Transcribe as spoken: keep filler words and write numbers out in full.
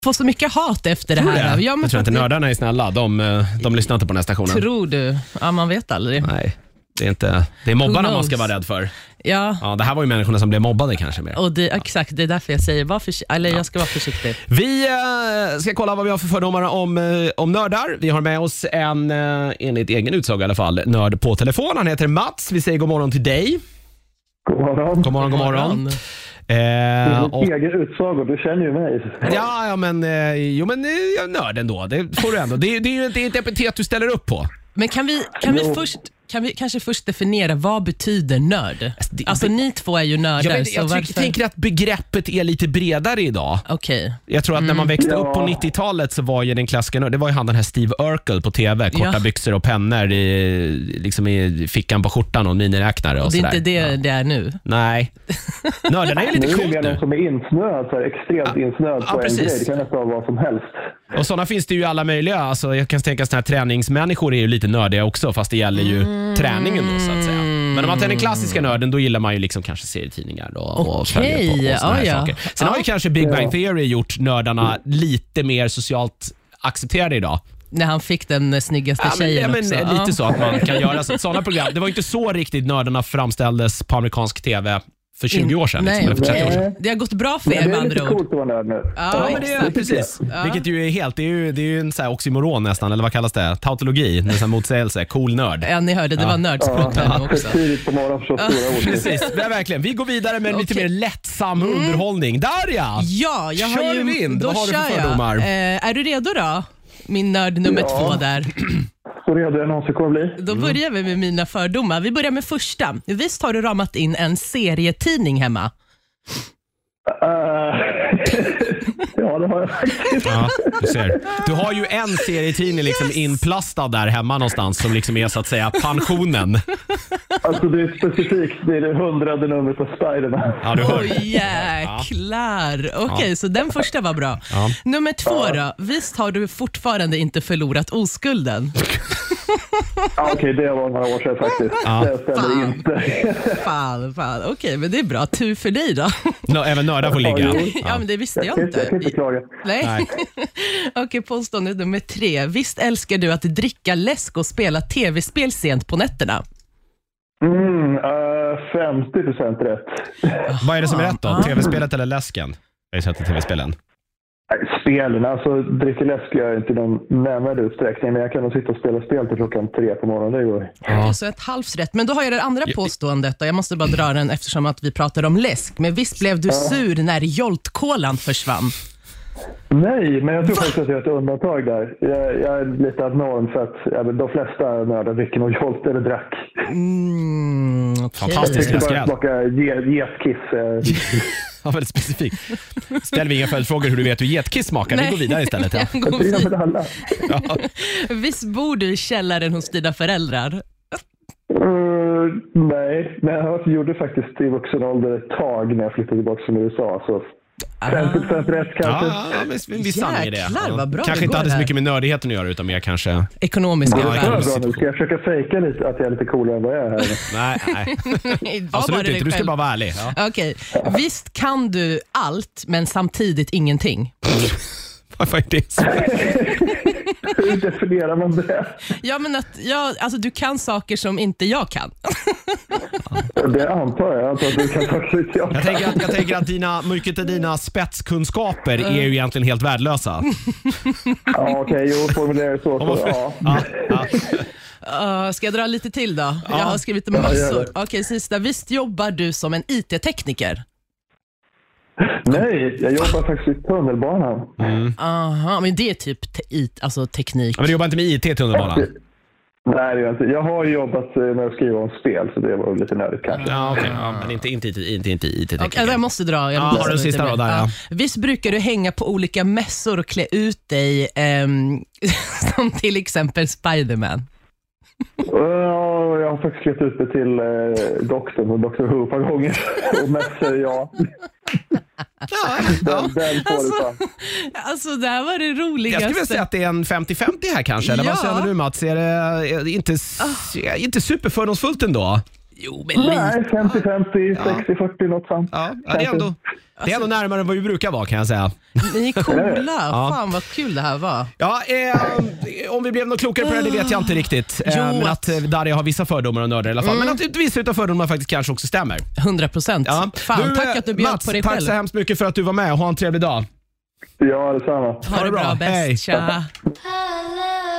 får så mycket hat efter det tror här. Det? Ja, men jag tror inte nördarna är snälla. De, de lyssnar inte på den här stationen. Tror du? Ja, man vet aldrig. Nej, det är inte. Det är mobbarna man ska vara rädd för. Ja. Ja, det här var ju människorna som blev mobbade kanske mer. Och det, exakt, det är därför jag säger var försi- eller jag ska vara försiktig. Vi äh, ska kolla vad vi har för fördomar om, äh, om nördar. Vi har med oss en, äh, enligt egen utsaga i alla fall, nörd på telefon. Han heter Mats. Vi säger god morgon till dig. God morgon. God morgon, god morgon. Eh, och... egen utsagor, du känner ju mig. Ja, ja men, eh, jo, men eh, nörd ändå. Det får du ändå. Det, det är ju det är ett epitet du ställer upp på. Men kan vi, kan vi först... Kan vi kanske först definiera vad betyder nörd? Alltså, det, alltså ni två är ju nördar. Jag, vet, så jag varför... tänker att begreppet är lite bredare idag. Okej. Okay. Jag tror att mm. när man växte upp på nittiotalet så var ju den klassiska nörd, det var ju han den här Steve Urkel på tv. Korta ja. byxor och pennor i, liksom i fickan på skjortan och miniräknare och, och det är sådär. inte det ja. det är nu. Nej. Nördarna är ju lite coolt nu. Nu är det någon som är insnöd, så här, extremt ja. insnöd ja, på precis. en grej. Det kan nästan vara vad som helst. Och sådana finns det ju alla möjliga. Alltså, jag kan tänka att såna här träningsmänniskor är ju lite nördiga också, fast det gäller ju mm. träningen då, så att säga. Men om man tar den klassiska nörden, då gillar man ju liksom kanske serietidningar och, okay. och följer på och såna här ja, ja. saker. Sen ja. har ju kanske Big Bang Theory gjort nördarna lite mer socialt accepterade idag. När han fick den snyggaste ja, tjejen men, också. Men, lite så att man kan göra så, sådana program. Det var inte så riktigt nördarna framställdes på amerikansk tv för tjugo år sedan. Nej, liksom, eller för trettio år sedan. Det har gått bra för er med andra ord. Det är lite coolt att vara nörd nu. Ja, ja men det är precis. Ja. Vilket ju är helt, det är ju, det är ju en så här oxymoron nästan, eller vad kallas det? Tautologi, en sån här motsägelse. Cool nörd. Ja, ni hörde, det ja. var nördspråk ja. ja. också. Tidigt på morgonen för så stora ord. Precis, det är verkligen. Vi går vidare med okay. lite mer lättsam mm. underhållning. Darja! Ja, jag kör har ju... vind. Vad har du för fördomar? Eh, är du redo då? Min nörd nummer ja. två där. Så redo jag någonsin kommer bli. Då börjar vi med mina fördomar. Vi börjar med första. Visst har du ramat in en serietidning hemma? Uh, ja, det har jag faktiskt. Ja, du ser. Du har ju en serietidning liksom yes. inplastad där hemma någonstans som liksom är så att säga pensionen. Alltså det är specifikt, det är det hundrade numret på Spiderman. Ja, du hör. Oj, jäklar. Okej, okay, ja. så den första var bra. Ja. Nummer två då. Visst har du fortfarande inte förlorat oskulden? Ja, okej, okay, det var några år sedan faktiskt. Ja. Det stämmer fan. inte. Fan, fan. Okej, okay, men det är bra. Tur för dig då. No, även nördar får ligga. Ja, ja, men det visste jag, jag inte. Jag kan inte klaga. Nej. Nej. Okej, okay, påstående nummer tre. Visst älskar du att dricka läsk och spela tv-spel sent på nätterna? Mm, uh, femtio procent rätt. Vad är det som är rätt då? Tv-spelet eller läsken? Jag har sett tv-spelen. Spelen, alltså dricka läsk gör jag inte någon nämnvärd utsträckning, men jag kan nog sitta och spela spel till klockan tre på morgonen, det går. Ja. Så ett halvt rätt, men då har jag det andra påståendet då. Jag måste bara dra den eftersom att vi pratar om läsk. Men visst blev du ja. sur när Jolt-kolan försvann? Nej, men jag tror faktiskt att jag är ett undantag där. Jag, jag är lite abnorm för att ja, de flesta nördar dricker nog Jolt eller drack. Mm, okay. Fantastiskt. Jag ska bara smaka getkiss. Ja, väldigt specifikt. Ställ vi inga följdfrågor hur du vet hur getkiss smakar. Vi går vidare istället. Ja. Går vidare. Ja. Visst bor du i källaren hos dina föräldrar? Uh, nej, men jag gjorde faktiskt i vuxen ålder ett tag när jag flyttade tillbaka från U S A. Så femtio procent rätt kanske. Ja, ja, men en viss sanning i det. Jäklar, vad bra. Kanske inte hade så mycket med nördigheten att göra, utan mer kanske ekonomiska. Ja, ja, bra, nu ska jag försöka fejka lite att jag är lite coolare än vad jag är här. Nej, nej. Absolut inte, du ska bara vara ärlig. Ja. Okej, okay. Visst kan du allt, men samtidigt ingenting? Vad är det så? Hur definierar man det? Ja, men att ja, alltså, du kan saker som inte jag kan. Det antar jag. Jag antar att du kan saker som inte jag kan. Jag tänker att, jag tänker att dina, mycket av dina spetskunskaper är ju egentligen helt värdelösa. Ja, okej. Okay, jo, formulerar så. så ja. Ja, ja. Uh, ska jag dra lite till då? Ja. Jag har skrivit en massor. Okej, okay, sista. Visst jobbar du som en I T-tekniker? Nej, jag jobbar faktiskt i tunnelbanan. Mm. Aha, men det är typ te- alltså teknik. Ja, men du jobbar inte med I T i tunnelbanan? Nej, det är inte. Jag har jobbat med att skriva om spel, så det var lite nödigt kanske. Ja, okej. Okay. Ja, men inte, inte, inte, inte, inte I T-tekniker. Okay, jag måste dra. Jag ja, har du sista då där, ja. Visst brukar du hänga på olika mässor och klä ut dig um, som till exempel Spiderman? Ja, jag har faktiskt klätt ut mig till eh, doktorn och doktor Who ett par gånger. Och mässor, ja. Ja, den, den får alltså, du alltså det här var det roligaste. Jag skulle säga att det är en femtio femtio här kanske. Eller ja. vad säger du, Mats? Är det är inte, är inte superfördomsfullt ändå? Jo, men Nej, femtio femtio, sextio fyrtio, något sånt. Ja, ja, det är ändå, det är ändå närmare än vad vi brukar vara, kan jag säga. Ni är coola. Fan vad kul det här var. Ja, eh, om vi blev något klokare på det, det vet jag inte riktigt. Eh, men att eh, Darja har vissa fördomar och nördar i alla fall. Mm. Men att vissa utav fördomar faktiskt kanske också stämmer. hundra procent. Ja. Fan, du, tack att du bjöd Mats, på dig tack själv. så hemskt mycket för att du var med och ha en trevlig dag. Ja, detsamma. Ha det bra, bäst. Tja.